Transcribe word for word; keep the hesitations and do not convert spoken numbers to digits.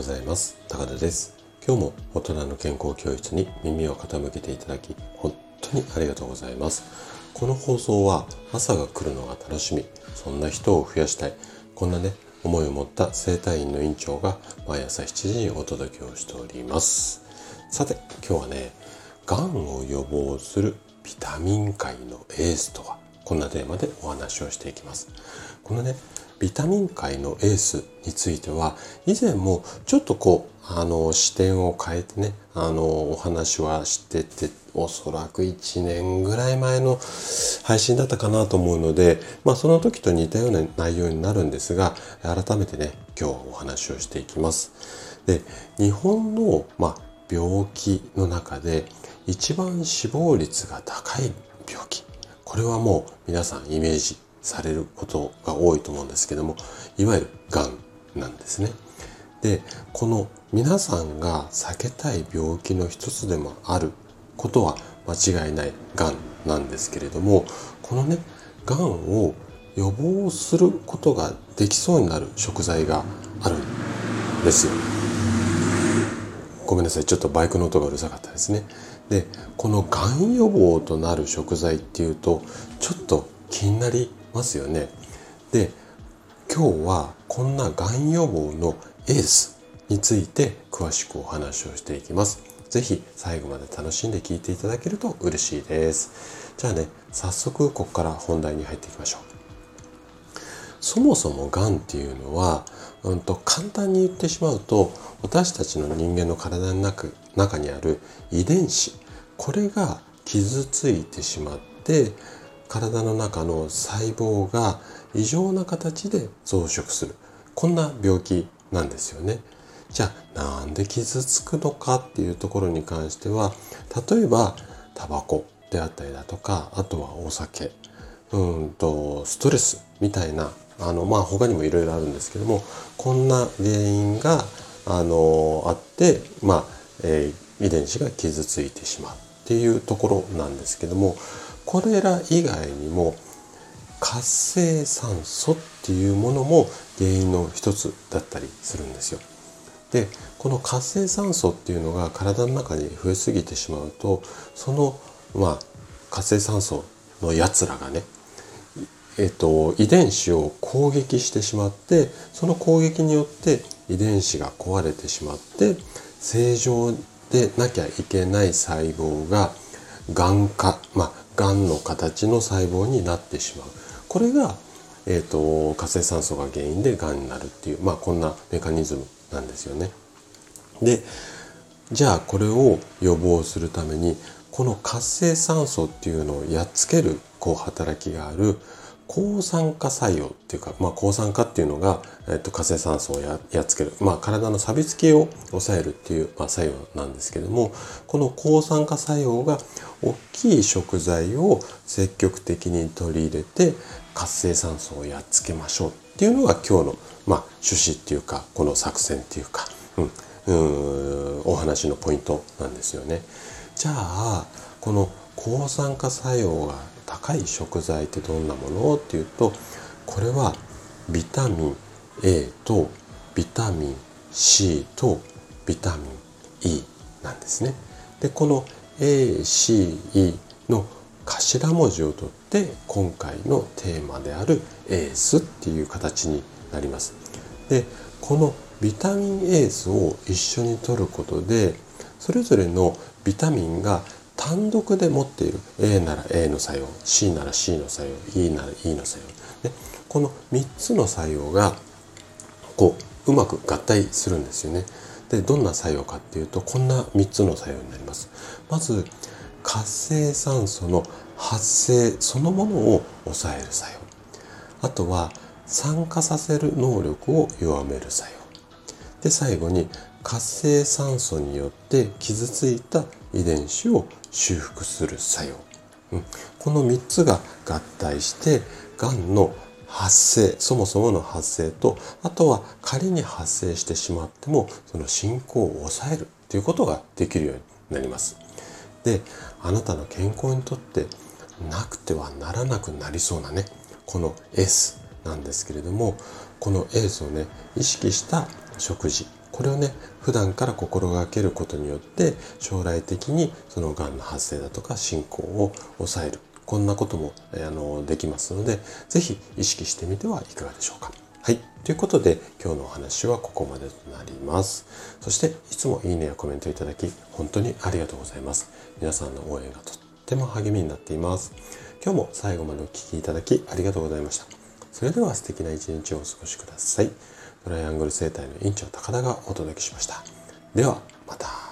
ざいます。高田です。今日も大人の健康教室に耳を傾けていただき本当にありがとうございます。この放送は朝が来るのが楽しみ、そんな人を増やしたい、こんなね思いを持った整体院の院長が毎朝しちじにお届けをしております。さて今日はね、がんを予防するビタミン界のエースとは、こんなテーマでお話をしていきます。このねビタミン界のエースについては以前もちょっとこうあの視点を変えてねあのお話はしてて、おそらくいちねんぐらい前の配信だったかなと思うので、まあその時と似たような内容になるんですが、改めてね今日はお話をしていきます。で、日本のまあ病気の中で一番死亡率が高い病気、これはもう皆さんイメージされることが多いと思うんですけども、いわゆるがんなんですね。で、この皆さんが避けたい病気の一つでもあることは間違いないがんなんですけれども、このねがんを予防することができそうになる食材があるんですよ。ごめんなさい、ちょっとバイクの音がうるさかったですね。で、このがん予防となる食材っていうとちょっと気になりますよね。で、今日はこんながん予防のエースについて詳しくお話をしていきます。ぜひ最後まで楽しんで聞いていただけると嬉しいです。じゃあね、早速ここから本題に入っていきましょう。そもそもがんっていうのは、うんと簡単に言ってしまうと、私たちの人間の体の中、中にある遺伝子、これが傷ついてしまって体の中の細胞が異常な形で増殖する、こんな病気なんですよね。じゃあなんで傷つくのかっていうところに関しては、例えばタバコであったりだとか、あとはお酒、うんとストレスみたいな、あのまあ他にもいろいろあるんですけども、こんな原因があのあって、まあ、えー、遺伝子が傷ついてしまうっていうところなんですけども、これら以外にも活性酸素っていうものも原因の一つだったりするんですよ。で、この活性酸素っていうのが体の中に増えすぎてしまうと、そのまあ活性酸素のやつらがね、えっと遺伝子を攻撃してしまって、その攻撃によって遺伝子が壊れてしまって、正常でなきゃいけない細胞ががん化、まあがんの形の細胞になってしまう。これが、えーと、活性酸素が原因でがんになるっていう、まあこんなメカニズムなんですよね。で、じゃあこれを予防するために、この活性酸素っていうのをやっつけるこう働きがある抗酸化作用っていうか、まあ抗酸化っていうのが、えっと、活性酸素を や, やっつける、まあ体の錆びつきを抑えるっていう、まあ、作用なんですけども、この抗酸化作用が大きい食材を積極的に取り入れて活性酸素をやっつけましょうっていうのが今日の、まあ、趣旨っていうか、この作戦っていうか、うん、うーんお話のポイントなんですよね。じゃあこの抗酸化作用が高い食材ってどんなものっていうと、これはビタミン A とビタミン C とビタミン E なんですね。で、この エーシーイー の頭文字を取って今回のテーマであるエースっていう形になります。で、このビタミンエースを一緒に取ることで、それぞれのビタミンが単独で持っている A なら A の作用、 C なら C の作用、 E なら E の作用で、このみっつの作用がこううまく合体するんですよね。で、どんな作用かっていうと、こんなみっつの作用になります。まず活性酸素の発生そのものを抑える作用、あとは酸化させる能力を弱める作用で、最後に活性酸素によって傷ついた遺伝子を修復する作用、うん、このみっつが合体してがんの発生、そもそもの発生と、あとは仮に発生してしまってもその進行を抑えるということができるようになります。で、あなたの健康にとってなくてはならなくなりそうなね、この エス なんですけれども、この エース をね意識した食事、 これをね、普段から心がけることによって将来的にそのがんの発生だとか進行を抑える、こんなこともあのできますので、ぜひ意識してみてはいかがでしょうか。はい。ということで、今日のお話はここまでとなります。そして、いつもいいねやコメントいただき、本当にありがとうございます。皆さんの応援がとっても励みになっています。今日も最後までお聞きいただきありがとうございました。それでは素敵な一日をお過ごしください。トライアングル生態の院長高田がお届けしました。では、また。